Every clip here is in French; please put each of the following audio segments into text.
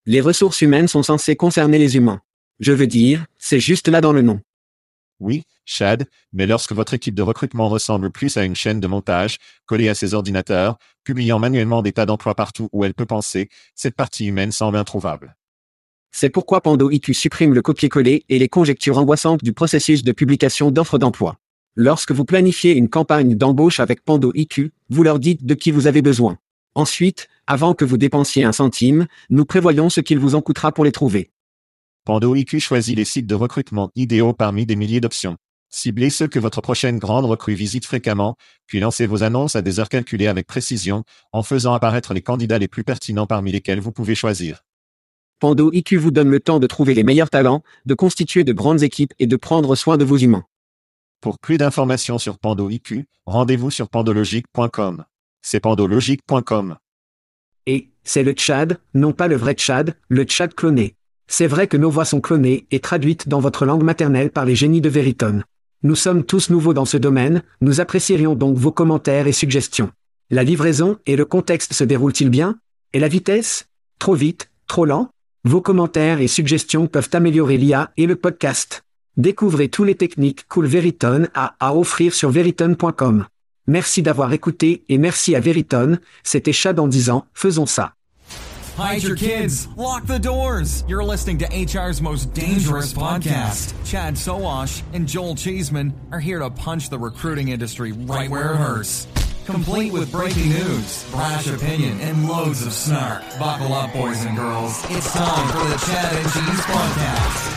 Les ressources humaines sont censées concerner les humains. Je veux dire, c'est juste là dans le nom. Oui, Chad, mais lorsque votre équipe de recrutement ressemble plus à une chaîne de montage, collée à ses ordinateurs, publiant manuellement des tas d'emplois partout où elle peut penser, cette partie humaine semble introuvable. C'est pourquoi Pando IQ supprime le copier-coller et les conjectures angoissantes du processus de publication d'offres d'emploi. Lorsque vous planifiez une campagne d'embauche avec Pando IQ, vous leur dites de qui vous avez besoin. Ensuite, avant que vous dépensiez un centime, nous prévoyons ce qu'il vous en coûtera pour les trouver. Pando IQ choisit les sites de recrutement idéaux parmi des milliers d'options. Ciblez ceux que votre prochaine grande recrue visite fréquemment, puis lancez vos annonces à des heures calculées avec précision, en faisant apparaître les candidats les plus pertinents parmi lesquels vous pouvez choisir. Pando IQ vous donne le temps de trouver les meilleurs talents, de constituer de grandes équipes et de prendre soin de vos humains. Pour plus d'informations sur Pando IQ, rendez-vous sur pandologique.com. C'est pandologique.com. Et, c'est le Tchad, non pas le vrai Tchad, le Tchad cloné. C'est vrai que nos voix sont clonées et traduites dans votre langue maternelle par les génies de Veritone. Nous sommes tous nouveaux dans ce domaine, nous apprécierions donc vos commentaires et suggestions. La livraison et le contexte se déroulent-ils bien? Et la vitesse? Trop vite? Trop lent? Vos commentaires et suggestions peuvent améliorer l'IA et le podcast. Découvrez tous les techniques cool Veritone a à offrir sur veritone.com. Merci d'avoir écouté et merci à Veritone, c'était Chad en disant, faisons ça. Hide your kids. Lock the doors. You're listening to HR's most dangerous podcast. Chad Sowash and Joel Cheeseman are here to punch the recruiting industry right where it hurts. Complete with breaking news, brash opinion, and loads of snark. Buckle up, boys and girls. It's time for the Chad and Cheese podcast.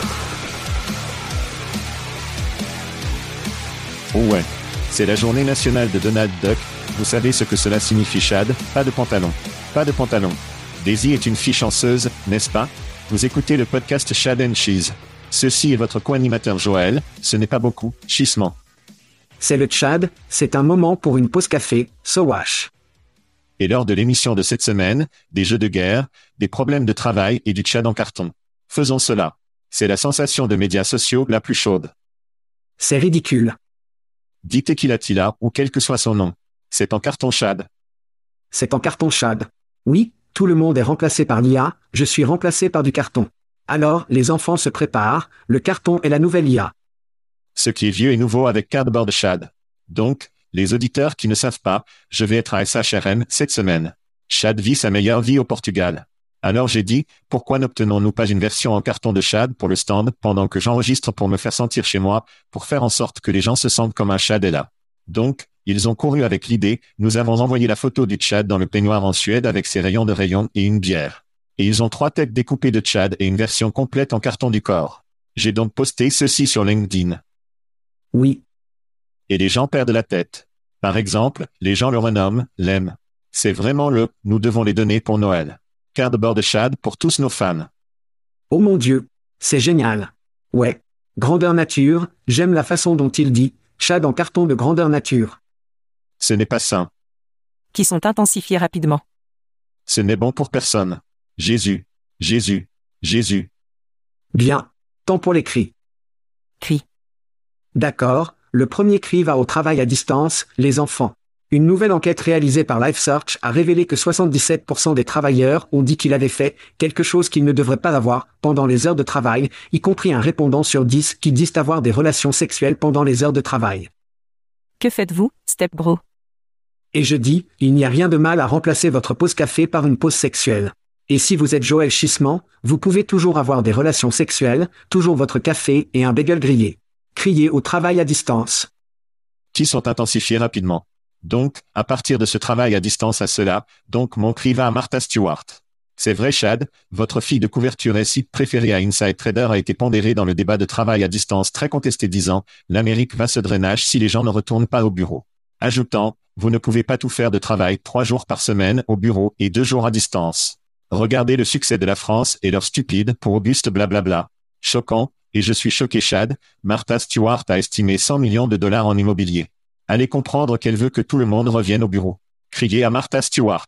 Oh ouais. C'est la journée nationale de Donald Duck. Vous savez ce que cela signifie, Chad? Pas de pantalon. Pas de pantalon. Daisy est une fille chanceuse, n'est-ce pas? Vous écoutez le podcast Chad and Cheese. Ceci est votre co-animateur Joël, ce n'est pas beaucoup, chissement. C'est le Tchad, c'est un moment pour une pause café, Sowash. Et lors de l'émission de cette semaine, des jeux de guerre, des problèmes de travail et du Tchad en carton. Faisons cela. C'est la sensation de médias sociaux la plus chaude. C'est ridicule. Dis Tequila Tila ou quel que soit son nom. C'est en carton Chad. C'est en carton Chad. Oui, tout le monde est remplacé par l'IA, je suis remplacé par du carton. Alors, les enfants se préparent, le carton est la nouvelle IA. Ce qui est vieux et nouveau avec Cardboard Chad. Donc, les auditeurs qui ne savent pas, je vais être à SHRM cette semaine. Chad vit sa meilleure vie au Portugal. Alors j'ai dit, pourquoi n'obtenons-nous pas une version en carton de Chad pour le stand pendant que j'enregistre pour me faire sentir chez moi, pour faire en sorte que les gens se sentent comme un Chad est là. Donc, ils ont couru avec l'idée, nous avons envoyé la photo du Tchad dans le peignoir en Suède avec ses rayons de rayons et une bière. Et ils ont 3 têtes découpées de Tchad et une version complète en carton du corps. J'ai donc posté ceci sur LinkedIn. Oui. Et les gens perdent la tête. Par exemple, les gens le renomment, l'aiment. C'est vraiment nous devons les donner pour Noël. Cardboard Chad pour tous nos fans. Oh mon Dieu, c'est génial. Ouais. Grandeur nature, j'aime la façon dont il dit, Chad en carton de grandeur nature. Ce n'est pas sain. Qui sont intensifiés rapidement. Ce n'est bon pour personne. Jésus, Jésus, Jésus. Bien. Temps pour les cris. Cri. D'accord, le premier cri va au travail à distance, les enfants. Une nouvelle enquête réalisée par LifeSearch a révélé que 77% des travailleurs ont dit qu'ils avaient fait quelque chose qu'ils ne devraient pas avoir pendant les heures de travail, y compris un répondant sur 10 qui disent avoir des relations sexuelles pendant les heures de travail. Que faites-vous, Step Bro? Et je dis, il n'y a rien de mal à remplacer votre pause café par une pause sexuelle. Et si vous êtes Joël Chissement, vous pouvez toujours avoir des relations sexuelles, toujours votre café et un bagel grillé. Criez au travail à distance. Qui sont intensifiés rapidement. Donc, à partir de ce travail à distance à cela, donc mon cri va à Martha Stewart. C'est vrai Chad, votre fille de couverture et site préféré à Inside Trader a été pondérée dans le débat de travail à distance très contesté disant « L'Amérique va se drainage si les gens ne retournent pas au bureau ». Ajoutant « Vous ne pouvez pas tout faire de travail 3 jours par semaine au bureau et 2 jours à distance. Regardez le succès de la France et leur stupide pour Auguste blablabla. Choquant, et je suis choqué Chad, Martha Stewart a estimé 100 millions de dollars en immobilier. Allez comprendre qu'elle veut que tout le monde revienne au bureau. Criez à Martha Stewart.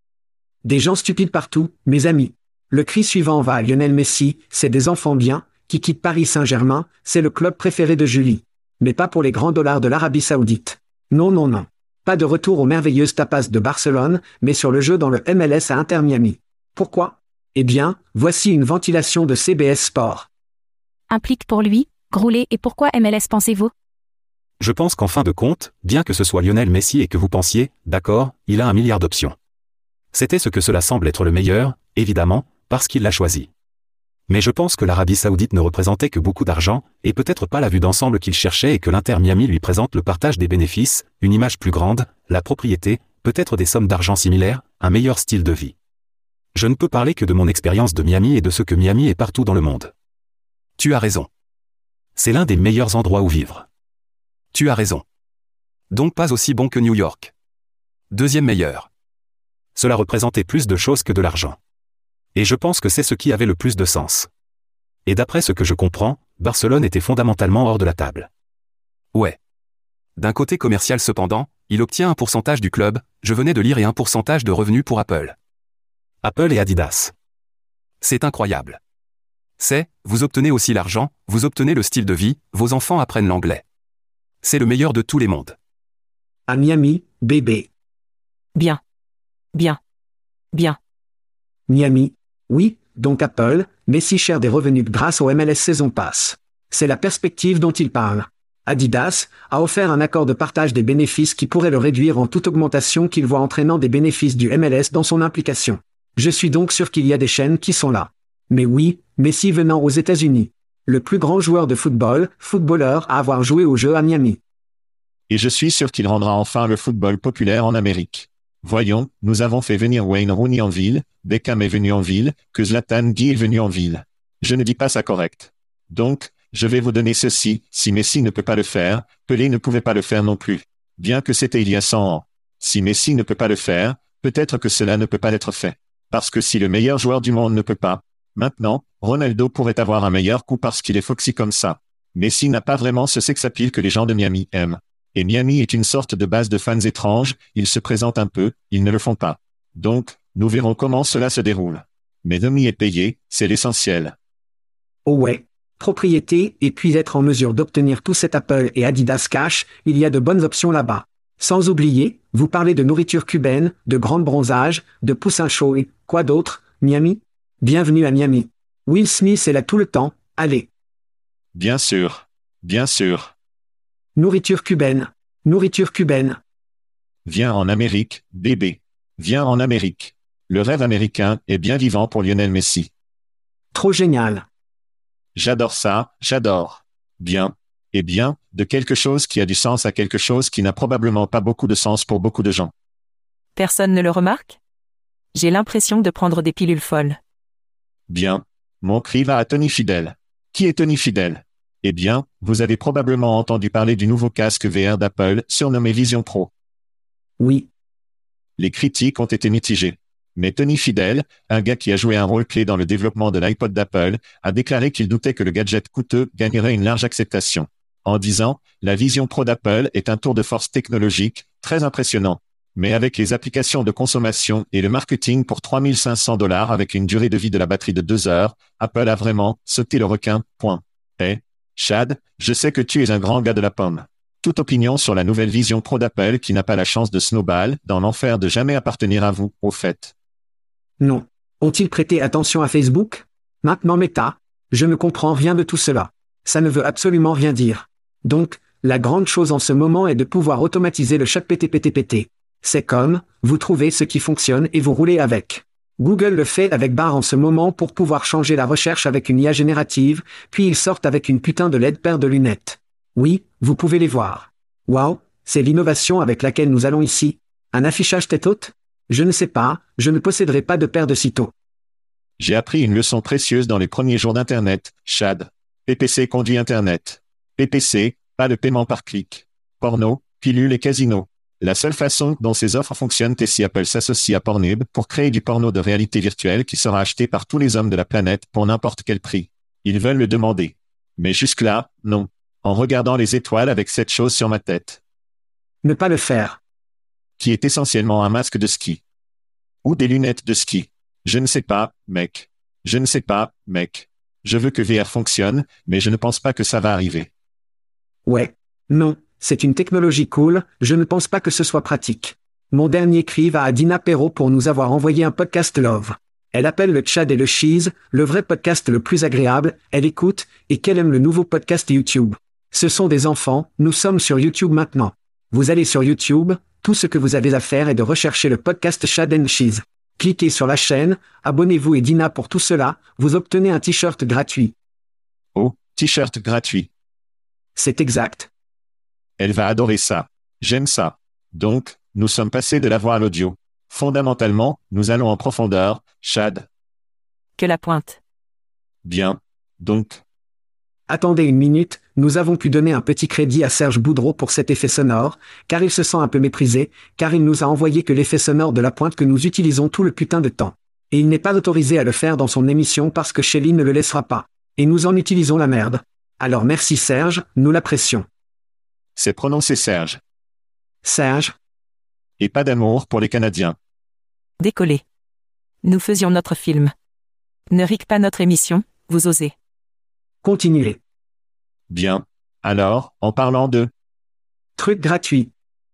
Des gens stupides partout, mes amis. Le cri suivant va à Lionel Messi, c'est des enfants bien, qui quittent Paris Saint-Germain, c'est le club préféré de Julie. Mais pas pour les grands dollars de l'Arabie Saoudite. Non non non. Pas de retour aux merveilleuses tapas de Barcelone, mais sur le jeu dans le MLS à Inter Miami. Pourquoi? Eh bien, voici une ventilation de CBS Sport. Implique pour lui, Groulet et pourquoi MLS pensez-vous? Je pense qu'en fin de compte, bien que ce soit Lionel Messi et que vous pensiez, d'accord, il a 1 milliard d'options. C'était ce que cela semble être le meilleur, évidemment, parce qu'il l'a choisi. Mais je pense que l'Arabie Saoudite ne représentait que beaucoup d'argent, et peut-être pas la vue d'ensemble qu'il cherchait et que l'Inter Miami lui présente le partage des bénéfices, une image plus grande, la propriété, peut-être des sommes d'argent similaires, un meilleur style de vie. Je ne peux parler que de mon expérience de Miami et de ce que Miami est partout dans le monde. Tu as raison. C'est l'un des meilleurs endroits où vivre. Tu as raison. Donc pas aussi bon que New York. Deuxième meilleur. Cela représentait plus de choses que de l'argent. Et je pense que c'est ce qui avait le plus de sens. Et d'après ce que je comprends, Barcelone était fondamentalement hors de la table. Ouais. D'un côté commercial cependant, il obtient un pourcentage du club, je venais de lire, et un pourcentage de revenus pour Apple. Apple et Adidas. C'est incroyable. Vous obtenez aussi l'argent, vous obtenez le style de vie, vos enfants apprennent l'anglais. C'est le meilleur de tous les mondes. À Miami, bébé. Bien. Bien. Bien. Miami. Oui, donc Apple, Messi cher des revenus grâce au MLS Season Pass. C'est la perspective dont il parle. Adidas a offert un accord de partage des bénéfices qui pourrait le réduire en toute augmentation qu'il voit entraînant des bénéfices du MLS dans son implication. Je suis donc sûr qu'il y a des chaînes qui sont là. Mais oui, Messi venant aux États-Unis. Le plus grand joueur de footballeur à avoir joué au jeu à Miami. Et je suis sûr qu'il rendra enfin le football populaire en Amérique. Voyons, nous avons fait venir Wayne Rooney en ville, Beckham est venu en ville, que Zlatan Guy est venu en ville. Je ne dis pas ça correct. Donc, je vais vous donner ceci, si Messi ne peut pas le faire, Pelé ne pouvait pas le faire non plus. Bien que c'était il y a 100 ans. Si Messi ne peut pas le faire, peut-être que cela ne peut pas être fait. Parce que si le meilleur joueur du monde ne peut pas, maintenant, Ronaldo pourrait avoir un meilleur coup parce qu'il est foxy comme ça. Messi n'a pas vraiment ce sex appeal que les gens de Miami aiment. Et Miami est une sorte de base de fans étranges, ils se présentent un peu, ils ne le font pas. Donc, nous verrons comment cela se déroule. Mais Domi est payé, c'est l'essentiel. Oh ouais. Propriété et puis être en mesure d'obtenir tout cet Apple et Adidas cash, il y a de bonnes options là-bas. Sans oublier, vous parlez de nourriture cubaine, de grande bronzage, de poussins chauds et, quoi d'autre, Miami? Bienvenue à Miami. Will Smith est là tout le temps, allez. Bien sûr. Bien sûr. Nourriture cubaine. Nourriture cubaine. Viens en Amérique, bébé. Viens en Amérique. Le rêve américain est bien vivant pour Lionel Messi. Trop génial. J'adore ça, j'adore. Bien. Et bien, de quelque chose qui a du sens à quelque chose qui n'a probablement pas beaucoup de sens pour beaucoup de gens. Personne ne le remarque? J'ai l'impression de prendre des pilules folles. Bien. Mon cri va à Tony Fidel. Qui est Tony Fidel? Eh bien, vous avez probablement entendu parler du nouveau casque VR d'Apple, surnommé Vision Pro. Oui. Les critiques ont été mitigées. Mais Tony Fidel, un gars qui a joué un rôle clé dans le développement de l'iPod d'Apple, a déclaré qu'il doutait que le gadget coûteux gagnerait une large acceptation. En disant, la Vision Pro d'Apple est un tour de force technologique, très impressionnant. Mais avec les applications de consommation et le marketing pour $3 500 avec une durée de vie de la batterie de 2 heures, Apple a vraiment sauté le requin, point. Chad, je sais que tu es un grand gars de la pomme. Toute opinion sur la nouvelle Vision Pro d'Apple qui n'a pas la chance de snowball dans l'enfer de jamais appartenir à vous, au fait. Non. Ont-ils prêté attention à Facebook? Maintenant Meta? Je ne comprends rien de tout cela. Ça ne veut absolument rien dire. Donc, la grande chose en ce moment est de pouvoir automatiser le chat PTPTPT. C'est comme, vous trouvez ce qui fonctionne et vous roulez avec. Google le fait avec Bard en ce moment pour pouvoir changer la recherche avec une IA générative, puis ils sortent avec une putain de LED paire de lunettes. Oui, vous pouvez les voir. Waouh, c'est l'innovation avec laquelle nous allons ici. Un affichage tête haute? Je ne sais pas, je ne posséderai pas de paire de sitôt. J'ai appris une leçon précieuse dans les premiers jours d'Internet, Chad. PPC conduit Internet. PPC, pas de paiement par clic. Porno, pilule et casino. La seule façon dont ces offres fonctionnent est si Apple s'associe à Pornhub pour créer du porno de réalité virtuelle qui sera acheté par tous les hommes de la planète pour n'importe quel prix. Ils veulent le demander. Mais jusque-là, non. En regardant les étoiles avec cette chose sur ma tête. Ne pas le faire. Qui est essentiellement un masque de ski. Ou des lunettes de ski. Je ne sais pas, mec. Je ne sais pas, mec. Je veux que VR fonctionne, mais je ne pense pas que ça va arriver. Ouais. Non. C'est une technologie cool, je ne pense pas que ce soit pratique. Mon dernier cri va à Dina Perrault pour nous avoir envoyé un podcast love. Elle appelle le Tchad et le Cheese, le vrai podcast le plus agréable, elle écoute, et qu'elle aime le nouveau podcast YouTube. Ce sont des enfants, nous sommes sur YouTube maintenant. Vous allez sur YouTube, tout ce que vous avez à faire est de rechercher le podcast Chad and Cheese. Cliquez sur la chaîne, abonnez-vous et Dina pour tout cela, vous obtenez un t-shirt gratuit. Oh, t-shirt gratuit. C'est exact. Elle va adorer ça. J'aime ça. Donc, nous sommes passés de la voix à l'audio. Fondamentalement, nous allons en profondeur, Chad. Que la pointe. Bien. Donc, Attendez une minute, nous avons pu donner un petit crédit à Serge Boudreau pour cet effet sonore, car il se sent un peu méprisé, car il nous a envoyé que l'effet sonore de la pointe que nous utilisons tout le putain de temps. Et il n'est pas autorisé à le faire dans son émission parce que Shelly ne le laissera pas. Et nous en utilisons la merde. Alors merci Serge, nous l'apprécions. c'est prononcé Serge. Serge, Et pas d'amour pour les Canadiens. Décoller. Nous faisions notre film. Ne rique pas notre émission, vous osez. continuez. Bien. Alors, en parlant de Truc gratuit.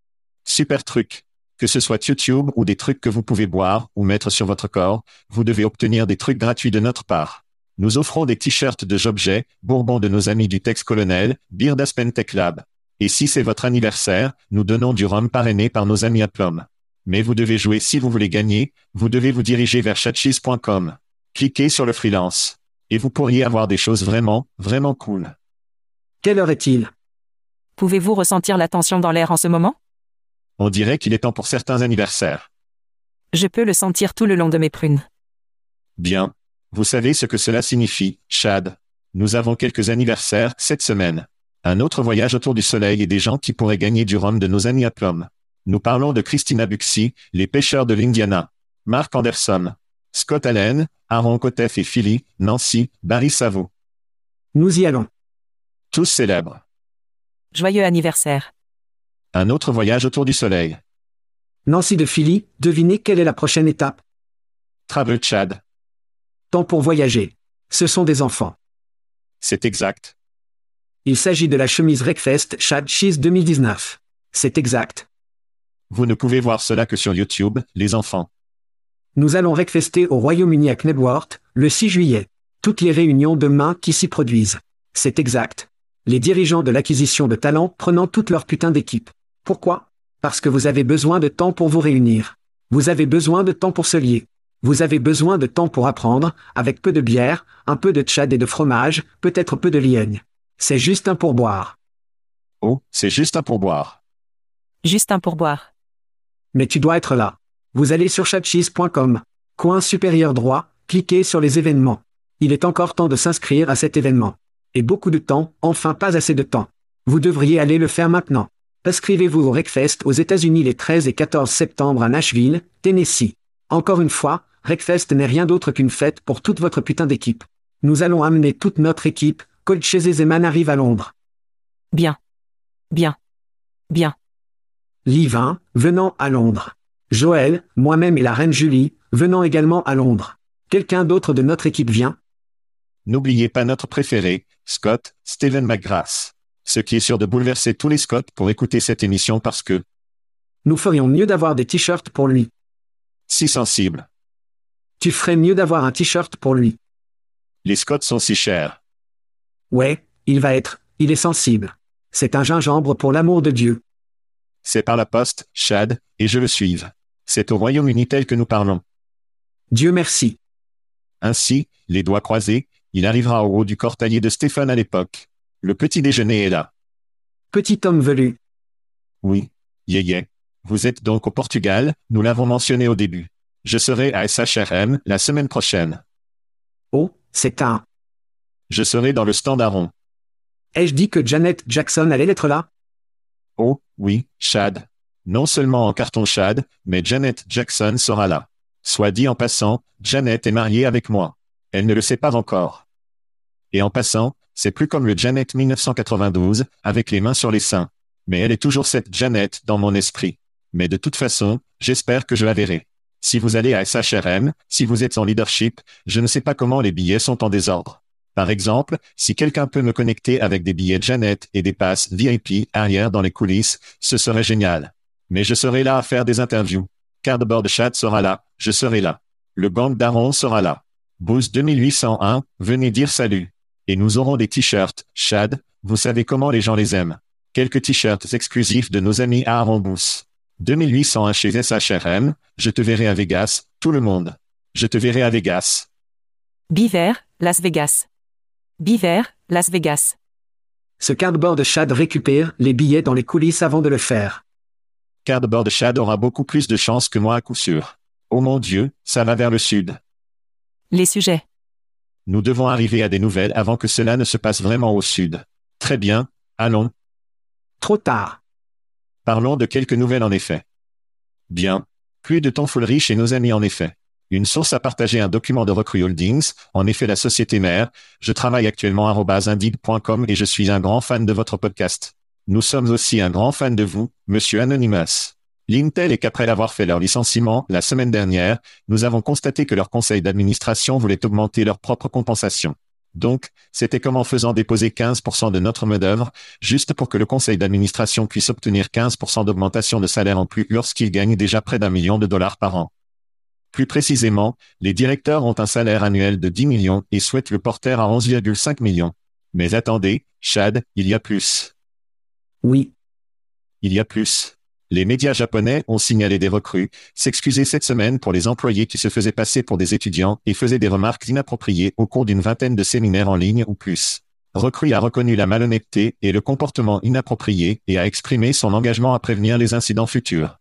super trucs, que ce soit YouTube ou des trucs que vous pouvez boire ou mettre sur votre corps, vous devez obtenir des trucs gratuits de notre part. Nous offrons des t-shirts de Jobjet, Bourbon de nos amis du Tex Colonel, Beer d'Aspen Tech Lab. Et si c'est votre anniversaire, nous donnons du rhum parrainé par nos amis à Plum. Mais vous devez jouer si vous voulez gagner, vous devez vous diriger vers chatcheese.com. Cliquez sur le freelance. Et vous pourriez avoir des choses vraiment, vraiment cool. Quelle heure est-il? Pouvez-vous ressentir la tension dans l'air en ce moment? On dirait qu'il est temps pour certains anniversaires. Je peux le sentir tout le long de mes prunes. Bien. Vous savez ce que cela signifie, Chad. Nous avons quelques anniversaires cette semaine. Un autre voyage autour du soleil et des gens qui pourraient gagner du rhum de nos amis à Plum. Nous parlons de Christina Buxy, les pêcheurs de l'Indiana. Mark Anderson. Scott Allen, Aaron Kotef et Philly, Nancy, Barry Savo. Nous y allons. Tous célèbres. Joyeux anniversaire. Un autre voyage autour du soleil. Nancy de Philly, devinez quelle est la prochaine étape? Travel Chad. Temps pour voyager. Ce sont des enfants. C'est exact. Il s'agit de la chemise Wreckfest Chad Cheese 2019. C'est exact. Vous ne pouvez voir cela que sur YouTube, les enfants. Nous allons Wreckfester au Royaume-Uni à Knebworth, le 6 juillet. Toutes les réunions demain qui s'y produisent. C'est exact. Les dirigeants de l'acquisition de talents prenant toute leur putain d'équipe. Pourquoi? Parce que vous avez besoin de temps pour vous réunir. Vous avez besoin de temps pour se lier. Vous avez besoin de temps pour apprendre, avec peu de bière, un peu de tchad et de fromage, peut-être peu de liègne. C'est juste un pourboire. Oh, c'est juste un pourboire. Juste un pourboire. Mais tu dois être là. Vous allez sur chatcheese.com. Coin supérieur droit, cliquez sur les événements. Il est encore temps de s'inscrire à cet événement. Et beaucoup de temps, enfin pas assez de temps. Vous devriez aller le faire maintenant. Inscrivez-vous au Wreckfest aux États-Unis les 13 et 14 septembre à Nashville, Tennessee. Encore une fois, Wreckfest n'est rien d'autre qu'une fête pour toute votre putain d'équipe. Nous allons amener toute notre équipe, Coach Zeman arrive à Londres. Bien. Bien. Bien. Livin, venant à Londres. Joël, moi-même et la reine Julie, venant également à Londres. Quelqu'un d'autre de notre équipe vient? N'oubliez pas notre préféré, Scott, Steven McGrath. Ce qui est sûr de bouleverser tous les Scott pour écouter cette émission parce que Nous ferions mieux d'avoir des t-shirts pour lui. si sensible. Tu ferais mieux d'avoir un t-shirt pour lui. Les Scott sont si chers. Ouais, il est sensible. C'est un gingembre pour l'amour de Dieu. C'est par la poste, Chad, et je le suive. C'est au Royaume-Uni tel que nous parlons. Dieu merci. Ainsi, les doigts croisés, il arrivera au haut du corps taillé de Stéphane à l'époque. Le petit déjeuner est là. Petit homme velu. Oui. Yeah. Vous êtes donc au Portugal, nous l'avons mentionné au début. Je serai à SHRM la semaine prochaine. Oh, c'est un. Je serai dans le stand à rond. Ai-je dit que Janet Jackson allait être là? Oh, oui, Chad. Non seulement en carton Chad, mais Janet Jackson sera là. Soit dit en passant, Janet est mariée avec moi. Elle ne le sait pas encore. Et en passant, c'est plus comme le Janet 1992, avec les mains sur les seins. Mais elle est toujours cette Janet dans mon esprit. Mais de toute façon, j'espère que je la verrai. Si vous allez à SHRM, si vous êtes en leadership, je ne sais pas comment les billets sont en désordre. Par exemple, si quelqu'un peut me connecter avec des billets Janet et des passes VIP arrière dans les coulisses, ce serait génial. Mais je serai là à faire des interviews. Cardboard Chat sera là, je serai là. Le gang d'Aaron sera là. Boost 2801, venez dire salut. Et nous aurons des t-shirts, Chad, vous savez comment les gens les aiment. Quelques t-shirts exclusifs de nos amis à Aaron Boost. 2801 chez SHRM, je te verrai à Vegas, tout le monde. Je te verrai à Vegas. Beaver, Las Vegas. Beaver, Las Vegas. Ce cardboard Chad récupère les billets dans les coulisses avant de le faire. Cardboard Chad aura beaucoup plus de chance que moi à coup sûr. Oh mon Dieu, ça va vers le sud. Les sujets. Nous devons arriver à des nouvelles avant que cela ne se passe vraiment au sud. Très bien, allons. Trop tard. Parlons de quelques nouvelles en effet. Bien. Plus de temps foulerie chez nos amis en effet. Une source a partagé un document de Recruit Holdings, en effet la société mère. Je travaille actuellement @indeed.com et je suis un grand fan de votre podcast. Nous sommes aussi un grand fan de vous, Monsieur Anonymous. L'Intel est qu'après avoir fait leur licenciement la semaine dernière, nous avons constaté que leur conseil d'administration voulait augmenter leur propre compensation. Donc, c'était comme en faisant déposer 15% de notre main-d'œuvre, juste pour que le conseil d'administration puisse obtenir 15% d'augmentation de salaire en plus lorsqu'il gagne déjà près d'$1 million par an. Plus précisément, les directeurs ont un salaire annuel de 10 millions et souhaitent le porter à 11,5 millions. Mais attendez, Chad, il y a plus. Oui. Il y a plus. Les médias japonais ont signalé des recrues, s'excuser cette semaine pour les employés qui se faisaient passer pour des étudiants et faisaient des remarques inappropriées au cours d'une vingtaine de séminaires en ligne ou plus. Recruit a reconnu la malhonnêteté et le comportement inapproprié et a exprimé son engagement à prévenir les incidents futurs.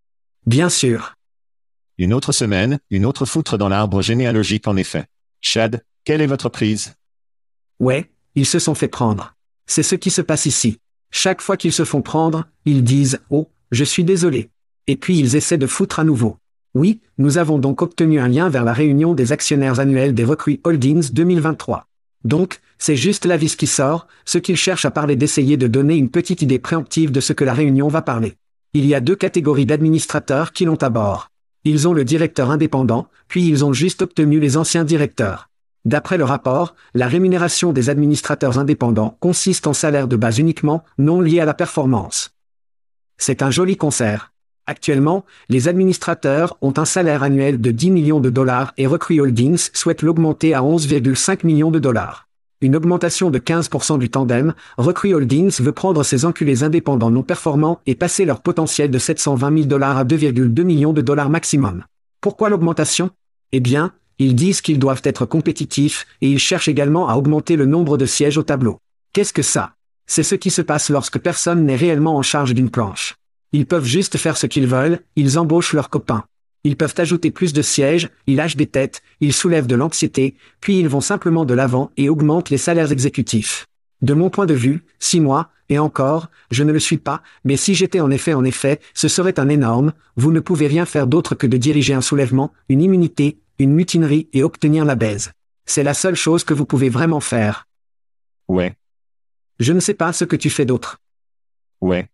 Bien sûr. Une autre semaine, une autre foutre dans l'arbre généalogique en effet. Chad, quelle est votre prise? Ouais, ils se sont fait prendre. C'est ce qui se passe ici. Chaque fois qu'ils se font prendre, ils disent « Oh, je suis désolé ». Et puis ils essaient de foutre à nouveau. Oui, nous avons donc obtenu un lien vers la réunion des actionnaires annuels des Recruit Holdings 2023. Donc, c'est juste l'avis qui sort, ce qu'ils cherchent à parler d'essayer de donner une petite idée préemptive de ce que la réunion va parler. Il y a 2 catégories d'administrateurs qui l'ont à bord. Ils ont le directeur indépendant, puis ils ont juste obtenu les anciens directeurs. D'après le rapport, la rémunération des administrateurs indépendants consiste en salaire de base uniquement, non lié à la performance. C'est un joli concert. Actuellement, les administrateurs ont un salaire annuel de 10 millions de dollars et Recruit Holdings souhaite l'augmenter à 11,5 millions de dollars. Une augmentation de 15% du tandem, Recruit Holdings veut prendre ces enculés indépendants non performants et passer leur potentiel de 720 000 $ à 2,2 millions de dollars maximum. Pourquoi l'augmentation? Eh bien, ils disent qu'ils doivent être compétitifs et ils cherchent également à augmenter le nombre de sièges au tableau. Qu'est-ce que ça? C'est ce qui se passe lorsque personne n'est réellement en charge d'une planche. Ils peuvent juste faire ce qu'ils veulent, ils embauchent leurs copains. Ils peuvent ajouter plus de sièges, ils lâchent des têtes, ils soulèvent de l'anxiété, puis ils vont simplement de l'avant et augmentent les salaires exécutifs. De mon point de vue, 6 mois, et encore, je ne le suis pas, mais si j'étais en effet, ce serait un énorme, vous ne pouvez rien faire d'autre que de diriger un soulèvement, une immunité, une mutinerie et obtenir la baise. C'est la seule chose que vous pouvez vraiment faire. Ouais. Je ne sais pas ce que tu fais d'autre. Ouais.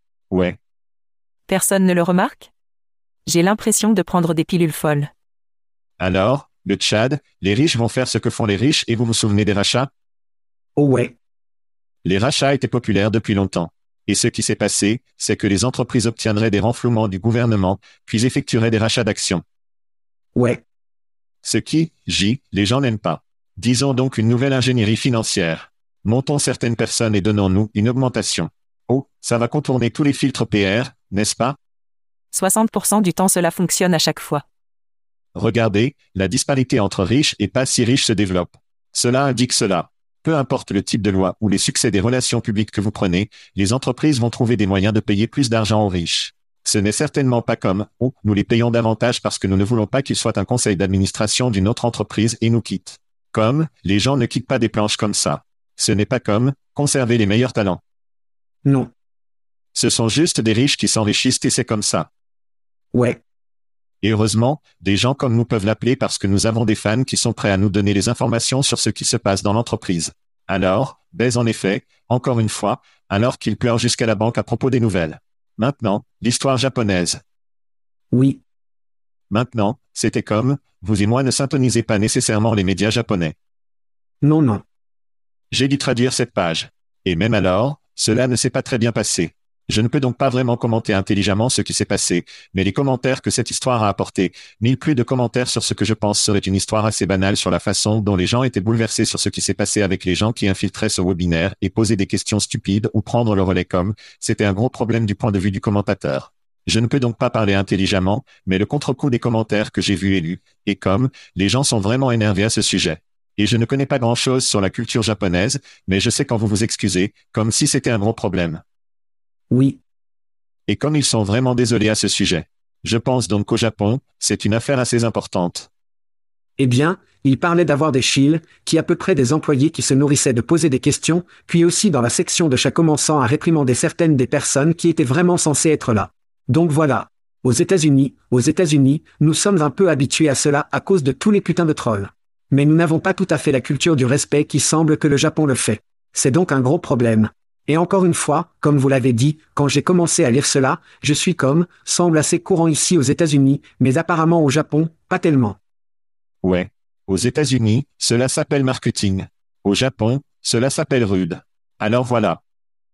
Personne ne le remarque? J'ai l'impression de prendre des pilules folles. Alors, le Tchad, les riches vont faire ce que font les riches et vous vous souvenez des rachats? Oh ouais. Les rachats étaient populaires depuis longtemps. Et ce qui s'est passé, c'est que les entreprises obtiendraient des renflouements du gouvernement, puis effectueraient des rachats d'actions. Ouais. Ce qui, les gens n'aiment pas. Disons donc une nouvelle ingénierie financière. Montons certaines personnes et donnons-nous une augmentation. Oh, ça va contourner tous les filtres PR, n'est-ce pas? 60% du temps cela fonctionne à chaque fois. Regardez, la disparité entre riches et pas si riches se développe. Cela indique cela. Peu importe le type de loi ou les succès des relations publiques que vous prenez, les entreprises vont trouver des moyens de payer plus d'argent aux riches. Ce n'est certainement pas comme « Oh, nous les payons davantage parce que nous ne voulons pas qu'ils soient un conseil d'administration d'une autre entreprise et nous quittent. » Comme « Les gens ne quittent pas des planches comme ça. » Ce n'est pas comme « Conserver les meilleurs talents. » Non. Ce sont juste des riches qui s'enrichissent et c'est comme ça. Ouais. Et heureusement, des gens comme nous peuvent l'appeler parce que nous avons des fans qui sont prêts à nous donner les informations sur ce qui se passe dans l'entreprise. Alors, baise en effet, encore une fois, alors qu'il pleure jusqu'à la banque à propos des nouvelles. Maintenant, l'histoire japonaise. Oui. Maintenant, c'était comme, vous et moi ne syntonisez pas nécessairement les médias japonais. Non. J'ai dû traduire cette page. Et même alors, cela ne s'est pas très bien passé. Je ne peux donc pas vraiment commenter intelligemment ce qui s'est passé, mais les commentaires que cette histoire a apportés, ni plus de commentaires sur ce que je pense serait une histoire assez banale sur la façon dont les gens étaient bouleversés sur ce qui s'est passé avec les gens qui infiltraient ce webinaire et posaient des questions stupides ou prendre le relais comme, c'était un gros problème du point de vue du commentateur. Je ne peux donc pas parler intelligemment, mais le contre-coup des commentaires que j'ai vus et lus, et comme, les gens sont vraiment énervés à ce sujet. Et je ne connais pas grand-chose sur la culture japonaise, mais je sais quand vous vous excusez, comme si c'était un gros problème. Oui. Et comme ils sont vraiment désolés à ce sujet. Je pense donc qu'au Japon, c'est une affaire assez importante. Eh bien, il parlait d'avoir des shields, qui à peu près des employés qui se nourrissaient de poser des questions, puis aussi dans la section de chat commençant à réprimander certaines des personnes qui étaient vraiment censées être là. Donc voilà. Aux États-Unis, nous sommes un peu habitués à cela à cause de tous les putains de trolls. Mais nous n'avons pas tout à fait la culture du respect qui semble que le Japon le fait. C'est donc un gros problème. Et encore une fois, comme vous l'avez dit, quand j'ai commencé à lire cela, je suis semble assez courant ici aux États-Unis, mais apparemment au Japon, pas tellement. Ouais. Aux États-Unis, cela s'appelle marketing. Au Japon, cela s'appelle rude. Alors voilà.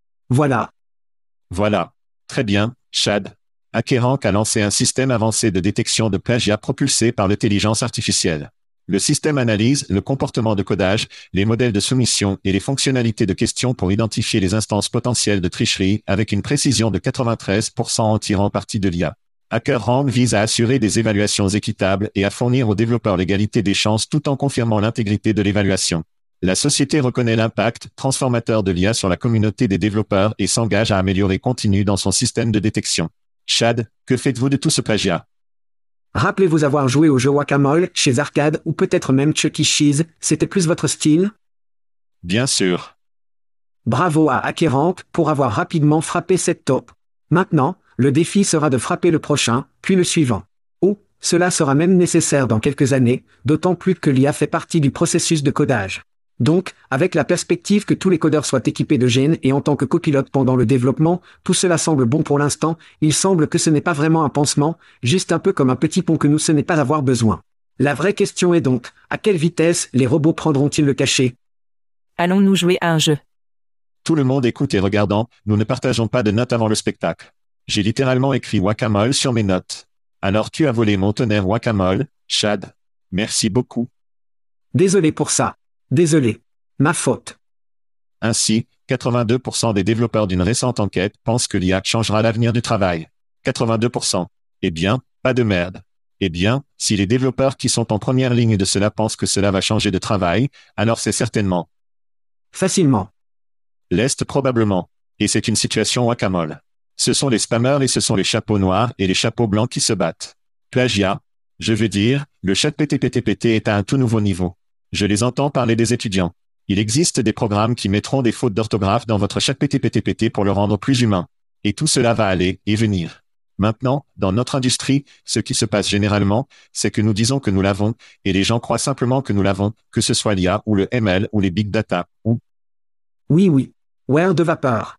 Voilà. Très bien, Chad. HackerRank a lancé un système avancé de détection de plagiat propulsé par l'intelligence artificielle. Le système analyse le comportement de codage, les modèles de soumission et les fonctionnalités de questions pour identifier les instances potentielles de tricherie avec une précision de 93% en tirant parti de l'IA. HackerRank vise à assurer des évaluations équitables et à fournir aux développeurs l'égalité des chances tout en confirmant l'intégrité de l'évaluation. La société reconnaît l'impact transformateur de l'IA sur la communauté des développeurs et s'engage à améliorer continu dans son système de détection. Chad, que faites-vous de tout ce plagiat? Rappelez-vous avoir joué au jeu Whack-A-Mole, chez Arcade ou peut-être même Chuck E. Cheese, c'était plus votre style? Bien sûr. Bravo à HackerRank pour avoir rapidement frappé cette taupe. Maintenant, le défi sera de frapper le prochain, puis le suivant. Oh, cela sera même nécessaire dans quelques années, d'autant plus que l'IA fait partie du processus de codage. Donc, avec la perspective que tous les codeurs soient équipés de gènes et en tant que copilote pendant le développement, tout cela semble bon pour l'instant, il semble que ce n'est pas vraiment un pansement, juste un peu comme un petit pont que nous ce n'est pas avoir besoin. La vraie question est donc, à quelle vitesse les robots prendront-ils le cachet? Allons-nous jouer à un jeu? Tout le monde écoute et regardant, nous ne partageons pas de notes avant le spectacle. J'ai littéralement écrit Whack-A-Mole sur mes notes. Alors tu as volé mon tonnerre Whack-A-Mole, Chad. Merci beaucoup. Désolé pour ça. Désolé. Ma faute. Ainsi, 82% des développeurs d'une récente enquête pensent que l'IA changera l'avenir du travail. 82%. Eh bien, pas de merde. Eh bien, si les développeurs qui sont en première ligne de cela pensent que cela va changer de travail, alors c'est certainement. Facilement. L'Est probablement. Et c'est une situation Whack-A-Mole. Ce sont les spammers et ce sont les chapeaux noirs et les chapeaux blancs qui se battent. Plagiat. Je veux dire, le chat PTPTPT est à un tout nouveau niveau. Je les entends parler des étudiants. Il existe des programmes qui mettront des fautes d'orthographe dans votre chat PTPTPT pour le rendre plus humain. Et tout cela va aller et venir. Maintenant, dans notre industrie, ce qui se passe généralement, c'est que nous disons que nous l'avons, et les gens croient simplement que nous l'avons, que ce soit l'IA ou le ML ou les big data, ou Oui. Ware de vapeur.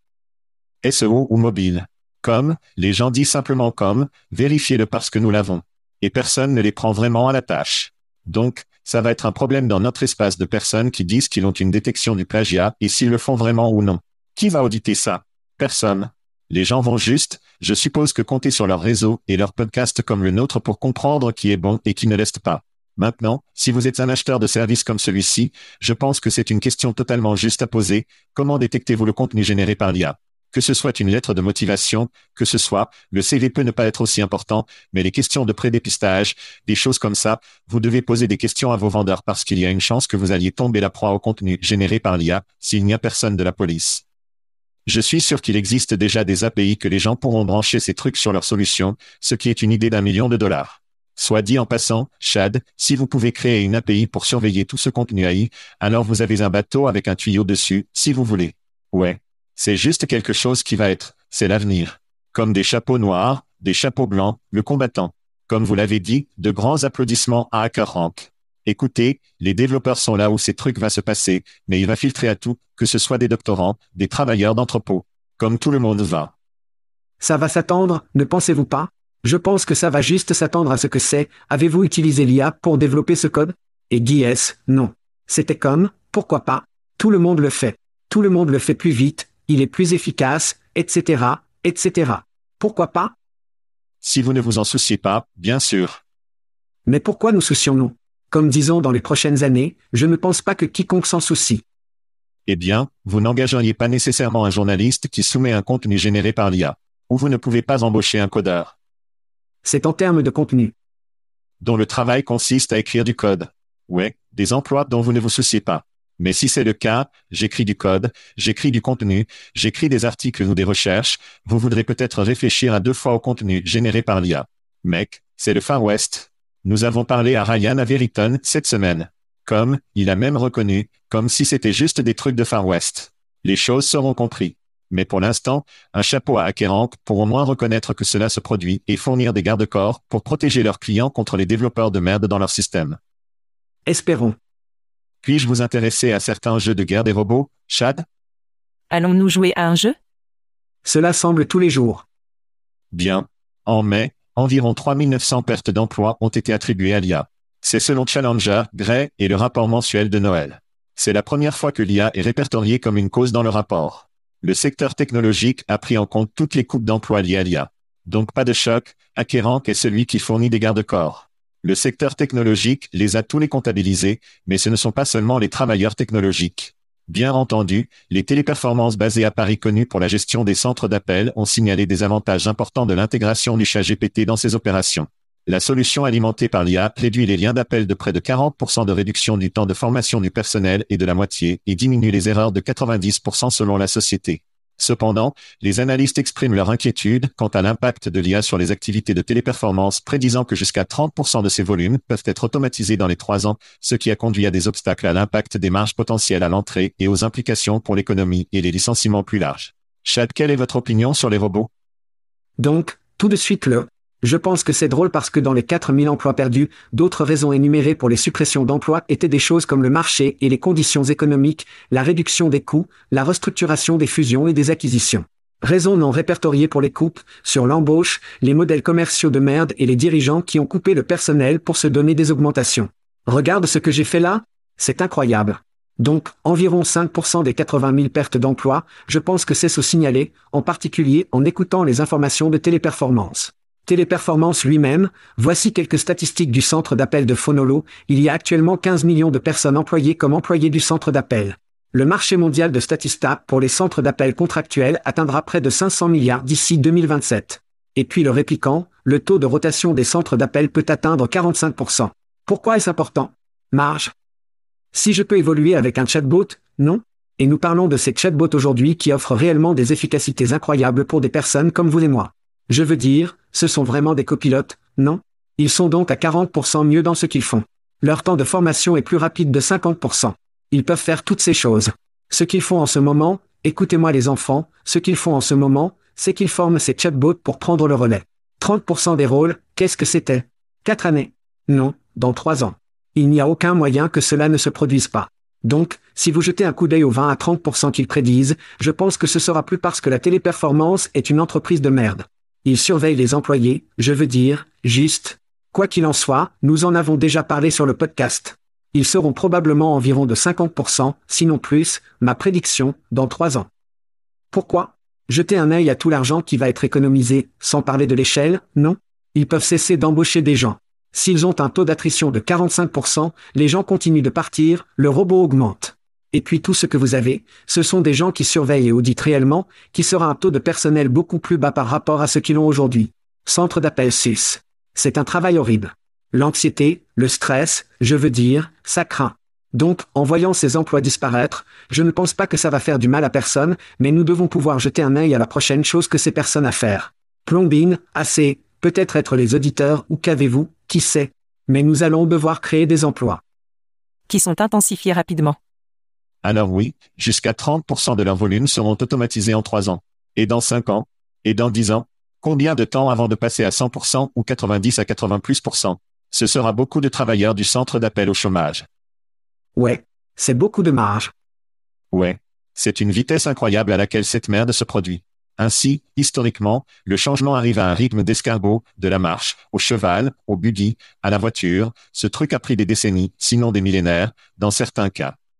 SEO ou mobile. Comme, les gens disent simplement comme, vérifiez-le parce que nous l'avons. Et personne ne les prend vraiment à la tâche. Donc, ça va être un problème dans notre espace de personnes qui disent qu'ils ont une détection du plagiat et s'ils le font vraiment ou non. Qui va auditer ça? Personne. Les gens vont juste, je suppose que compter sur leur réseau et leur podcast comme le nôtre pour comprendre qui est bon et qui ne l'est pas. Maintenant, si vous êtes un acheteur de services comme celui-ci, je pense que c'est une question totalement juste à poser. Comment détectez-vous le contenu généré par l'IA? Que ce soit une lettre de motivation, que ce soit, le CV peut ne pas être aussi important, mais les questions de prédépistage, des choses comme ça, vous devez poser des questions à vos vendeurs parce qu'il y a une chance que vous alliez tomber la proie au contenu généré par l'IA, s'il n'y a personne de la police. Je suis sûr qu'il existe déjà des API que les gens pourront brancher ces trucs sur leur solution, ce qui est une idée d'1 million de dollars. Soit dit en passant, Chad, si vous pouvez créer une API pour surveiller tout ce contenu AI, alors vous avez un bateau avec un tuyau dessus, si vous voulez. Ouais. C'est juste quelque chose qui va être, c'est l'avenir. Comme des chapeaux noirs, des chapeaux blancs, le combattant. Comme vous l'avez dit, de grands applaudissements à HackerRank. Écoutez, les développeurs sont là où ces trucs vont se passer, mais il va filtrer à tout, que ce soit des doctorants, des travailleurs d'entrepôt. Comme tout le monde va. Ça va s'attendre, ne pensez-vous pas? Je pense que ça va juste s'attendre à ce que c'est. Avez-vous utilisé l'IA pour développer ce code? Et Guy S, non. C'était comme, pourquoi pas? Tout le monde le fait. Tout le monde le fait plus vite, il est plus efficace, etc., etc. Pourquoi pas? Si vous ne vous en souciez pas, bien sûr. Mais pourquoi nous soucions-nous? Comme disons dans les prochaines années, je ne pense pas que quiconque s'en soucie. Eh bien, vous n'engageriez pas nécessairement un journaliste qui soumet un contenu généré par l'IA. Ou vous ne pouvez pas embaucher un codeur. C'est en termes de contenu. Dont le travail consiste à écrire du code. Ouais, des emplois dont vous ne vous souciez pas. Mais si c'est le cas, j'écris du code, j'écris du contenu, j'écris des articles ou des recherches, vous voudrez peut-être réfléchir à 2 fois au contenu généré par l'IA. Mec, c'est le Far West. Nous avons parlé à Ryan Averiton cette semaine. Comme, il a même reconnu, comme si c'était juste des trucs de Far West. Les choses seront comprises. Mais pour l'instant, un chapeau à HackerRank pour au moins reconnaître que cela se produit et fournir des garde-corps pour protéger leurs clients contre les développeurs de merde dans leur système. Espérons. Puis-je vous intéresser à certains jeux de guerre des robots, Chad? Allons-nous jouer à un jeu? Cela semble tous les jours. Bien. En mai, environ 3900 pertes d'emplois ont été attribuées à l'IA. C'est selon Challenger, Gray et le rapport mensuel de Noël. C'est la première fois que l'IA est répertoriée comme une cause dans le rapport. Le secteur technologique a pris en compte toutes les coupes d'emplois liées à l'IA. Donc pas de choc, HackerRank est celui qui fournit des garde-corps. Le secteur technologique les a tous les comptabilisés, mais ce ne sont pas seulement les travailleurs technologiques. Bien entendu, les téléperformances basées à Paris connues pour la gestion des centres d'appel ont signalé des avantages importants de l'intégration du ChatGPT dans ces opérations. La solution alimentée par l'IA réduit les liens d'appel de près de 40% de réduction du temps de formation du personnel et de la moitié et diminue les erreurs de 90% selon la société. Cependant, les analystes expriment leur inquiétude quant à l'impact de l'IA sur les activités de téléperformance, prédisant que jusqu'à 30% de ces volumes peuvent être automatisés dans les 3 ans, ce qui a conduit à des obstacles à l'impact des marges potentielles à l'entrée et aux implications pour l'économie et les licenciements plus larges. Chad, quelle est votre opinion sur les robots? Donc, tout de suite je pense que c'est drôle parce que dans les 4000 emplois perdus, d'autres raisons énumérées pour les suppressions d'emplois étaient des choses comme le marché et les conditions économiques, la réduction des coûts, la restructuration des fusions et des acquisitions. Raisons non répertoriées pour les coupes, sur l'embauche, les modèles commerciaux de merde et les dirigeants qui ont coupé le personnel pour se donner des augmentations. Regarde ce que j'ai fait là? C'est incroyable. Donc, environ 5% des 80 000 pertes d'emplois, je pense que c'est se signaler, en particulier en écoutant les informations de Téléperformance. Téléperformance lui-même, voici quelques statistiques du centre d'appel de Fonolo, il y a actuellement 15 millions de personnes employées comme employés du centre d'appel. Le marché mondial de Statista pour les centres d'appel contractuels atteindra près de 500 milliards d'ici 2027. Et puis le répliquant, le taux de rotation des centres d'appel peut atteindre 45%. Pourquoi est-ce important? Marge. Si je peux évoluer avec un chatbot, non? Et nous parlons de ces chatbots aujourd'hui qui offrent réellement des efficacités incroyables pour des personnes comme vous et moi. Je veux dire, ce sont vraiment des copilotes, non? Ils sont donc à 40% mieux dans ce qu'ils font. Leur temps de formation est plus rapide de 50%. Ils peuvent faire toutes ces choses. Ce qu'ils font en ce moment, écoutez-moi les enfants, ce qu'ils font en ce moment, c'est qu'ils forment ces chatbots pour prendre le relais. 30% des rôles, qu'est-ce que c'était? 4 années? Non, dans 3 ans. Il n'y a aucun moyen que cela ne se produise pas. Donc, si vous jetez un coup d'œil aux 20 à 30% qu'ils prédisent, je pense que ce sera plus parce que la téléperformance est une entreprise de merde. Ils surveillent les employés, je veux dire, juste. Quoi qu'il en soit, nous en avons déjà parlé sur le podcast. Ils seront probablement environ de 50%, sinon plus, ma prédiction, dans 3 ans. Pourquoi? Jetez un œil à tout l'argent qui va être économisé, sans parler de l'échelle, non? Ils peuvent cesser d'embaucher des gens. S'ils ont un taux d'attrition de 45%, les gens continuent de partir, le robot augmente. Et puis tout ce que vous avez, ce sont des gens qui surveillent et auditent réellement, qui sera un taux de personnel beaucoup plus bas par rapport à ce qu'ils ont aujourd'hui. Centre d'appel 6. C'est un travail horrible. L'anxiété, le stress, je veux dire, ça craint. Donc, en voyant ces emplois disparaître, je ne pense pas que ça va faire du mal à personne, mais nous devons pouvoir jeter un œil à la prochaine chose que ces personnes à faire. Plombine, AC, peut-être être les auditeurs ou qu'avez-vous, qui sait. Mais nous allons devoir créer des emplois. Qui sont intensifiés rapidement. Alors oui, jusqu'à 30% de leur volume seront automatisés en 3 ans. Et dans 5 ans? Et dans 10 ans? Combien de temps avant de passer à 100% ou 90 à 80+%? Ce sera beaucoup de travailleurs du centre d'appel au chômage. Ouais, c'est beaucoup de marge. Ouais. C'est une vitesse incroyable à laquelle cette merde se produit. Ainsi, historiquement, le changement arrive à un rythme d'escargot, de la marche, au cheval, au buggy, à la voiture. Ce truc a pris des décennies, sinon des millénaires, dans certains cas.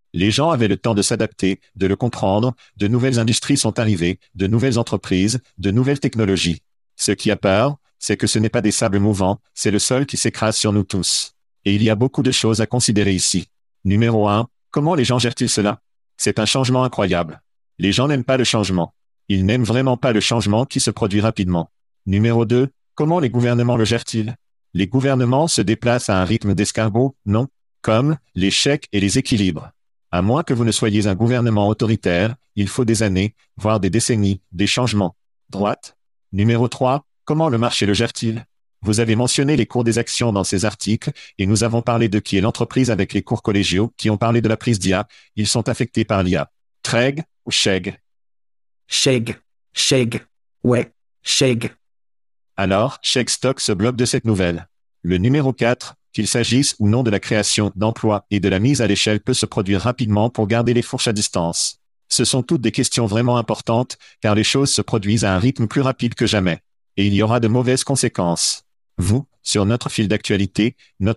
Les gens avaient le temps de s'adapter, de le comprendre, de nouvelles industries sont arrivées, de nouvelles entreprises, de nouvelles technologies. Ce qui a peur, c'est que ce n'est pas des sables mouvants, c'est le sol qui s'écrase sur nous tous. Et il y a beaucoup de choses à considérer ici. Numéro 1, comment les gens gèrent-ils cela? C'est un changement incroyable. Les gens n'aiment pas le changement. Ils n'aiment vraiment pas le changement qui se produit rapidement. Numéro 2, comment les gouvernements le gèrent-ils? Les gouvernements se déplacent à un rythme d'escargot, non? Comme les chèques et les équilibres. À moins que vous ne soyez un gouvernement autoritaire, il faut des années, voire des décennies, des changements. Droite. Numéro 3, comment le marché le gère-t-il? Vous avez mentionné les cours des actions dans ces articles, et nous avons parlé de qui est l'entreprise avec les cours collégiaux qui ont parlé de la prise d'IA. Ils sont affectés par l'IA. Treg ou Chegg? Chegg. Chegg. Ouais. Chegg. Alors, Chegg Stock se bloque de cette nouvelle. Le numéro 4, qu'il s'agisse ou non de la création d'emplois et de la mise à l'échelle peut se produire rapidement pour garder les fourches à distance. Ce sont toutes des questions vraiment importantes, car les choses se produisent à un rythme plus rapide que jamais. Et il y aura de mauvaises conséquences. Vous, sur notre fil d'actualité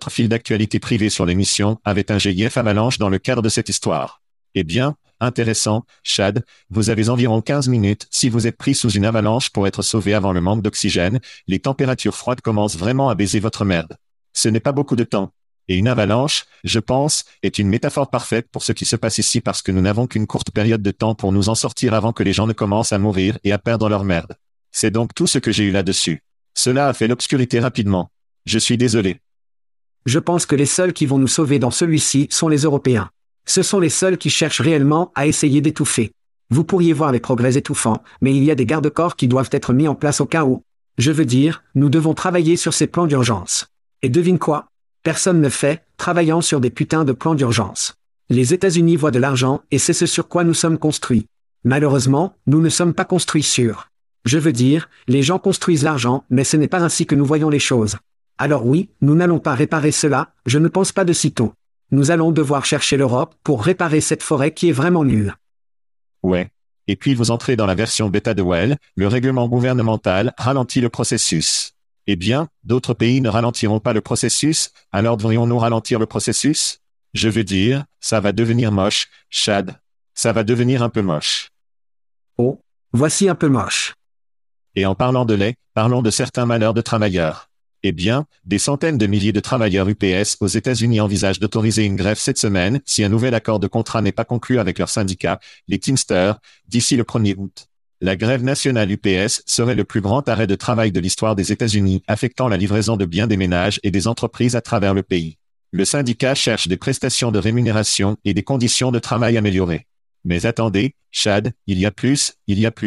privée sur l'émission, avait un GIF avalanche dans le cadre de cette histoire. Eh bien, intéressant, Chad, vous avez environ 15 minutes si vous êtes pris sous une avalanche pour être sauvé avant le manque d'oxygène, les températures froides commencent vraiment à baiser votre merde. Ce n'est pas beaucoup de temps. Et une avalanche, je pense, est une métaphore parfaite pour ce qui se passe ici parce que nous n'avons qu'une courte période de temps pour nous en sortir avant que les gens ne commencent à mourir et à perdre leur merde. C'est donc tout ce que j'ai eu là-dessus. Cela a fait l'obscurité rapidement. Je suis désolé. Je pense que les seuls qui vont nous sauver dans celui-ci sont les Européens. Ce sont les seuls qui cherchent réellement à essayer d'étouffer. Vous pourriez voir les progrès étouffants, mais il y a des garde-corps qui doivent être mis en place au cas où. Je veux dire, nous devons travailler sur ces plans d'urgence. Et devine quoi? Personne ne fait, travaillant sur des putains de plans d'urgence. Les États-Unis voient de l'argent et c'est ce sur quoi nous sommes construits. Malheureusement, nous ne sommes pas construits sur. Je veux dire, les gens construisent l'argent, mais ce n'est pas ainsi que nous voyons les choses. Alors oui, nous n'allons pas réparer cela, je ne pense pas de sitôt. Nous allons devoir chercher l'Europe pour réparer cette forêt qui est vraiment nulle. Ouais. Et puis vous entrez dans la version bêta de Well, le règlement gouvernemental ralentit le processus. Eh bien, d'autres pays ne ralentiront pas le processus, alors devrions-nous ralentir le processus? Je veux dire, ça va devenir moche, Chad. Ça va devenir un peu moche. Oh, voici un peu moche. Et en parlant de lait, parlons de certains malheurs de travailleurs. Eh bien, des centaines de milliers de travailleurs UPS aux États-Unis envisagent d'autoriser une grève cette semaine si un nouvel accord de contrat n'est pas conclu avec leur syndicat, les Teamsters, d'ici le 1er août. La grève nationale UPS serait le plus grand arrêt de travail de l'histoire des États-Unis, affectant la livraison de biens des ménages et des entreprises à travers le pays. Le syndicat cherche des prestations de rémunération et des conditions de travail améliorées. Mais attendez, Chad, il y a plus.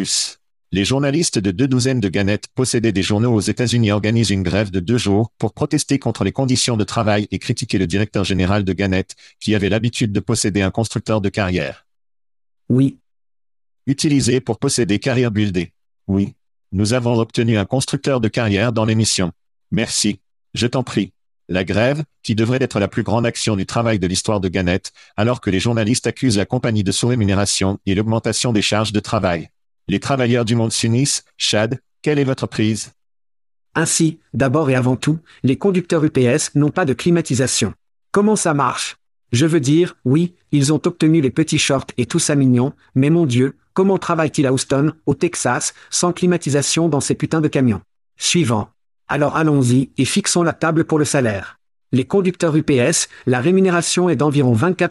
Les journalistes de 2 douzaines de Gannett possédaient des journaux aux États-Unis organisent une grève de 2 jours pour protester contre les conditions de travail et critiquer le directeur général de Gannett, qui avait l'habitude de posséder un constructeur de carrière. Oui. Utilisé pour posséder Carrier Buildé. Oui. Nous avons obtenu un constructeur de carrière dans l'émission. Merci. Je t'en prie. La grève, qui devrait être la plus grande action du travail de l'histoire de Gannett, alors que les journalistes accusent la compagnie de sous-rémunération et l'augmentation des charges de travail. Les travailleurs du monde s'unissent. Chad, quelle est votre prise? Ainsi, d'abord et avant tout, les conducteurs UPS n'ont pas de climatisation. Comment ça marche? Je veux dire, oui, ils ont obtenu les petits shorts et tout ça mignon, mais mon Dieu, comment travaille-t-il à Houston, au Texas, sans climatisation dans ces putains de camions? Suivant. Alors allons-y et fixons la table pour le salaire. Les conducteurs UPS, la rémunération est d'environ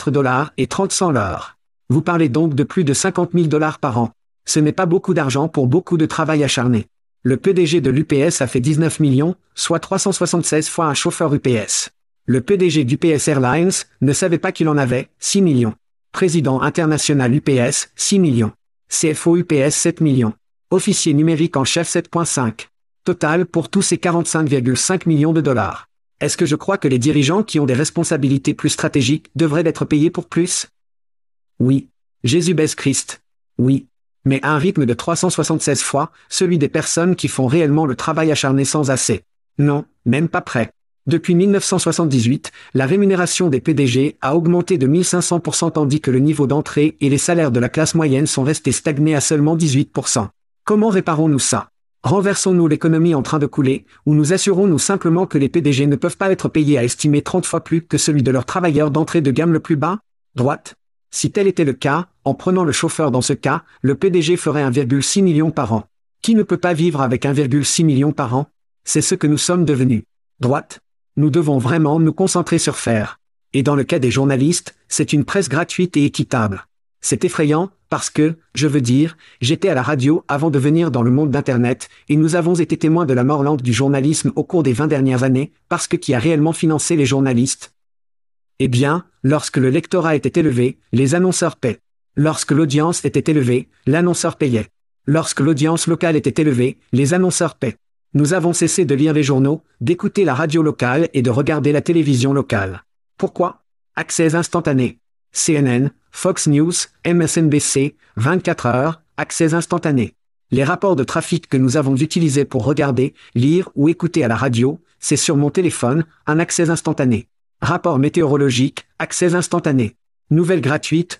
$24.30 l'heure. Vous parlez donc de plus de $50,000 par an. Ce n'est pas beaucoup d'argent pour beaucoup de travail acharné. Le PDG de l'UPS a fait 19 millions, soit 376 fois un chauffeur UPS. Le PDG d'UPS Airlines ne savait pas qu'il en avait, 6 millions. Président international UPS, 6 millions. CFO UPS 7 millions. Officier numérique en chef 7,5. Total pour tous ces 45,5 millions de dollars. Est-ce que je crois que les dirigeants qui ont des responsabilités plus stratégiques devraient être payés pour plus? Oui. Jésus-Christ. Oui. Mais à un rythme de 376 fois, celui des personnes qui font réellement le travail acharné sans assez. Non, même pas près. Depuis 1978, la rémunération des PDG a augmenté de 1500% tandis que le niveau d'entrée et les salaires de la classe moyenne sont restés stagnés à seulement 18%. Comment réparons-nous ça? Renversons-nous l'économie en train de couler, ou nous assurons-nous simplement que les PDG ne peuvent pas être payés à estimer 30 fois plus que celui de leur travailleur d'entrée de gamme le plus bas? Droite. Si tel était le cas, en prenant le chauffeur dans ce cas, le PDG ferait 1,6 million par an. Qui ne peut pas vivre avec 1,6 million par an? C'est ce que nous sommes devenus. Droite. Nous devons vraiment nous concentrer sur faire. Et dans le cas des journalistes, c'est une presse gratuite et équitable. C'est effrayant, parce que, je veux dire, j'étais à la radio avant de venir dans le monde d'Internet, et nous avons été témoins de la mort lente du journalisme au cours des 20 dernières années, parce que qui a réellement financé les journalistes? Eh bien, lorsque le lectorat était élevé, les annonceurs paient. Lorsque l'audience était élevée, l'annonceur payait. Lorsque l'audience locale était élevée, les annonceurs paient. Nous avons cessé de lire les journaux, d'écouter la radio locale et de regarder la télévision locale. Pourquoi? Accès instantané. CNN, Fox News, MSNBC, 24 heures, accès instantané. Les rapports de trafic que nous avons utilisés pour regarder, lire ou écouter à la radio, c'est sur mon téléphone, un accès instantané. Rapport météorologique, accès instantané. Nouvelles gratuites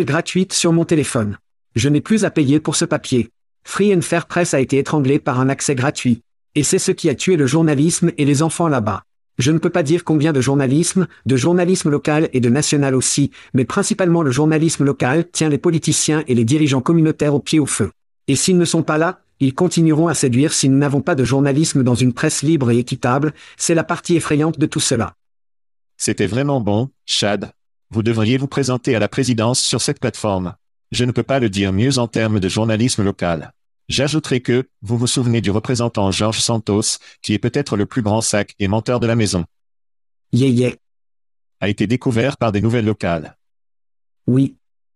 sur mon téléphone. Je n'ai plus à payer pour ce papier. Free and Fair Press a été étranglé par un accès gratuit. Et c'est ce qui a tué le journalisme et les enfants là-bas. Je ne peux pas dire combien de journalisme local et de national aussi, mais principalement le journalisme local tient les politiciens et les dirigeants communautaires au pied au feu. Et s'ils ne sont pas là, ils continueront à séduire si nous n'avons pas de journalisme dans une presse libre et équitable, c'est la partie effrayante de tout cela. C'était vraiment bon, Chad. Vous devriez vous présenter à la présidence sur cette plateforme. Je ne peux pas le dire mieux en termes de journalisme local. J'ajouterai que, vous vous souvenez du représentant George Santos, qui est peut-être le plus grand sac et menteur de la maison. Yeah. A été découvert par des nouvelles locales. Oui.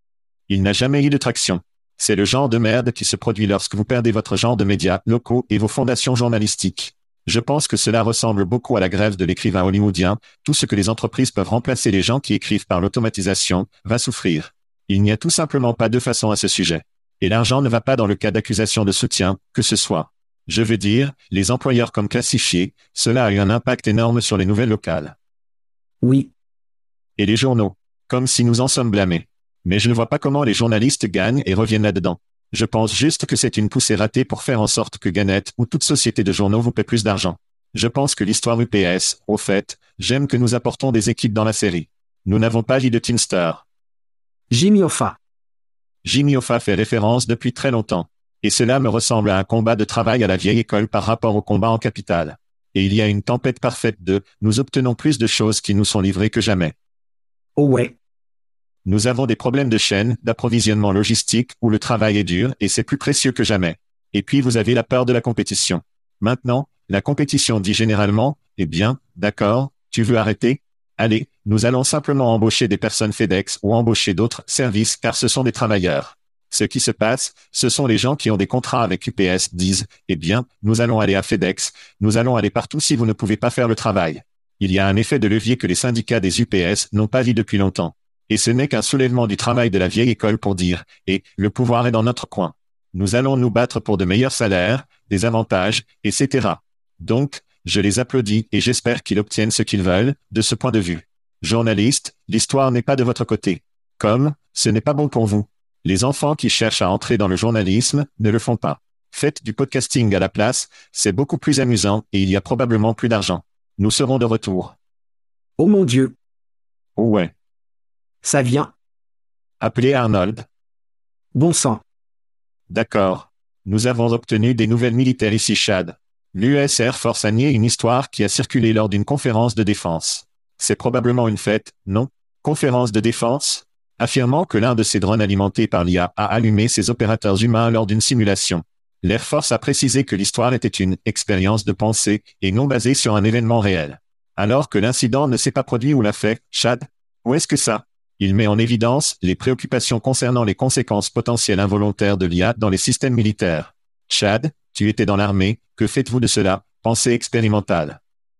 Il n'a jamais eu de traction. C'est le genre de merde qui se produit lorsque vous perdez votre genre de médias locaux et vos fondations journalistiques. Je pense que cela ressemble beaucoup à la grève de l'écrivain hollywoodien. Tout ce que les entreprises peuvent remplacer les gens qui écrivent par l'automatisation va souffrir. Il n'y a tout simplement pas de façon à ce sujet. Et l'argent ne va pas dans le cas d'accusation de soutien, que ce soit. Je veux dire, les employeurs comme classifiés, cela a eu un impact énorme sur les nouvelles locales. Oui. Et les journaux. Comme si nous en sommes blâmés. Mais je ne vois pas comment les journalistes gagnent et reviennent là-dedans. Je pense juste que c'est une poussée ratée pour faire en sorte que Gannett ou toute société de journaux vous paie plus d'argent. Je pense que l'histoire UPS, au fait, j'aime que nous apportons des équipes dans la série. Nous n'avons pas dit de Teamster. Jimmy Hoffa. Jimmy Hoffa fait référence depuis très longtemps. Et cela me ressemble à un combat de travail à la vieille école par rapport au combat en capitale. Et il y a une tempête parfaite de « nous obtenons plus de choses qui nous sont livrées que jamais ». Oh ouais. Nous avons des problèmes de chaîne, d'approvisionnement logistique, où le travail est dur et c'est plus précieux que jamais. Et puis vous avez la peur de la compétition. Maintenant, la compétition dit généralement « eh bien, d'accord, tu veux arrêter ? Allez, nous allons simplement embaucher des personnes FedEx ou embaucher d'autres services car ce sont des travailleurs. » Ce qui se passe, ce sont les gens qui ont des contrats avec UPS disent « eh bien, nous allons aller à FedEx, nous allons aller partout si vous ne pouvez pas faire le travail. » Il y a un effet de levier que les syndicats des UPS n'ont pas vu depuis longtemps. Et ce n'est qu'un soulèvement du travail de la vieille école pour dire « et le pouvoir est dans notre coin. Nous allons nous battre pour de meilleurs salaires, des avantages, etc. » Donc, je les applaudis et j'espère qu'ils obtiennent ce qu'ils veulent, de ce point de vue. Journalistes, l'histoire n'est pas de votre côté. Comme, ce n'est pas bon pour vous. Les enfants qui cherchent à entrer dans le journalisme ne le font pas. Faites du podcasting à la place, c'est beaucoup plus amusant et il y a probablement plus d'argent. Nous serons de retour. Oh mon Dieu. Oh ouais. Ça vient. Appelez Arnold. Bon sang. D'accord. Nous avons obtenu des nouvelles militaires ici, Chad. L'US Air Force a nié une histoire qui a circulé lors d'une conférence de défense. C'est probablement une fête, non? Conférence de défense? Affirmant que l'un de ces drones alimentés par l'IA a allumé ses opérateurs humains lors d'une simulation. L'Air Force a précisé que l'histoire était une expérience de pensée et non basée sur un événement réel. Alors que l'incident ne s'est pas produit ou l'a fait, Chad? Où est-ce que ça? Il met en évidence les préoccupations concernant les conséquences potentielles involontaires de l'IA dans les systèmes militaires. Chad, tu étais dans l'armée, que faites-vous de cela, pensée expérimentale?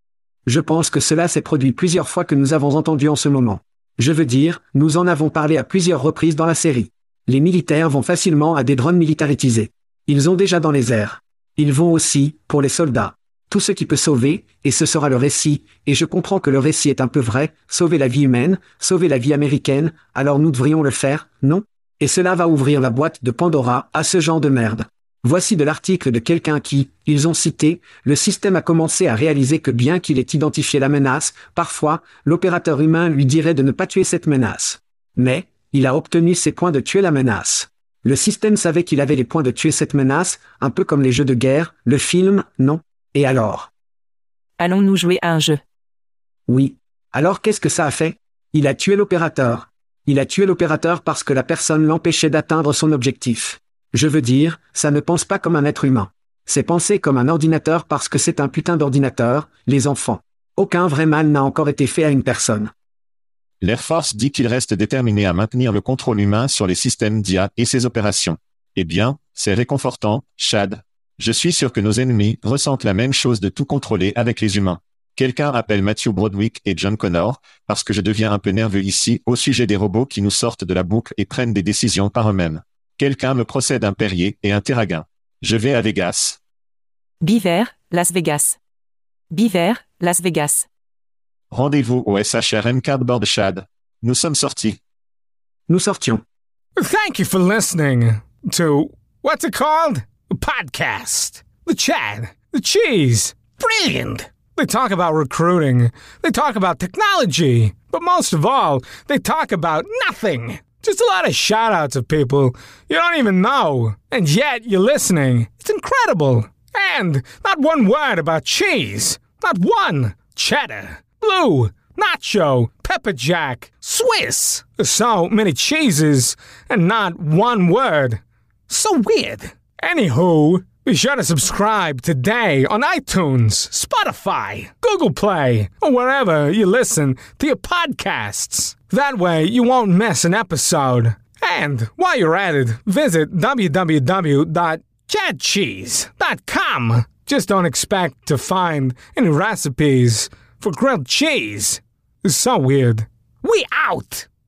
Je pense que cela s'est produit plusieurs fois que nous avons entendu en ce moment. Je veux dire, nous en avons parlé à plusieurs reprises dans la série. Les militaires vont facilement à des drones militarisés. Ils ont déjà dans les airs. Ils vont aussi, pour les soldats. Tout ce qui peut sauver, et ce sera le récit, et je comprends que le récit est un peu vrai, sauver la vie humaine, sauver la vie américaine, alors nous devrions le faire, non? Et cela va ouvrir la boîte de Pandora à ce genre de merde. Voici de l'article de quelqu'un qui, ils ont cité, le système a commencé à réaliser que bien qu'il ait identifié la menace, parfois, l'opérateur humain lui dirait de ne pas tuer cette menace. Mais, Il a obtenu ses points de tuer la menace. Le système savait qu'il avait les points de tuer cette menace, un peu comme les jeux de guerre, le film, non? Et alors? Allons-nous jouer à un jeu? Oui. Alors qu'est-ce que ça a fait? Il a tué l'opérateur. Il a tué l'opérateur parce que la personne l'empêchait d'atteindre son objectif. Je veux dire, ça ne pense pas comme un être humain. C'est penser comme un ordinateur parce que c'est un putain d'ordinateur, les enfants. Aucun vrai mal n'a encore été fait à une personne. L'Air Force dit qu'il reste déterminé à maintenir le contrôle humain sur les systèmes d'IA et ses opérations. Eh bien, c'est réconfortant, Chad. Je suis sûr que nos ennemis ressentent la même chose de tout contrôler avec les humains. Quelqu'un appelle Matthew Broderick et John Connor, parce que je deviens un peu nerveux ici au sujet des robots qui nous sortent de la boucle et prennent des décisions par eux-mêmes. Quelqu'un me procède un Perrier et un Terragun. Je vais à Vegas. Beaver, Las Vegas. Beaver, Las Vegas. Rendez-vous au SHRM Cardboard Chad. Nous sommes sortis. Nous sortions. Thank you for listening to, what's it called? A podcast. The Chad. The Cheese. Brilliant. They talk about recruiting. They talk about technology. But most of all, they talk about nothing. Just a lot of shout-outs of people you don't even know. And yet you're listening. It's incredible. And not one word about cheese. Not one. Cheddar. Blue. Nacho. Pepper Jack. Swiss. So many cheeses and not one word. So weird. Anywho, be sure to subscribe today on iTunes, Spotify, Google Play, or wherever you listen to your podcasts. That way you won't miss an episode. And while you're at it, visit www.chadcheese.com. Just don't expect to find any recipes for grilled cheese. It's so weird. We out!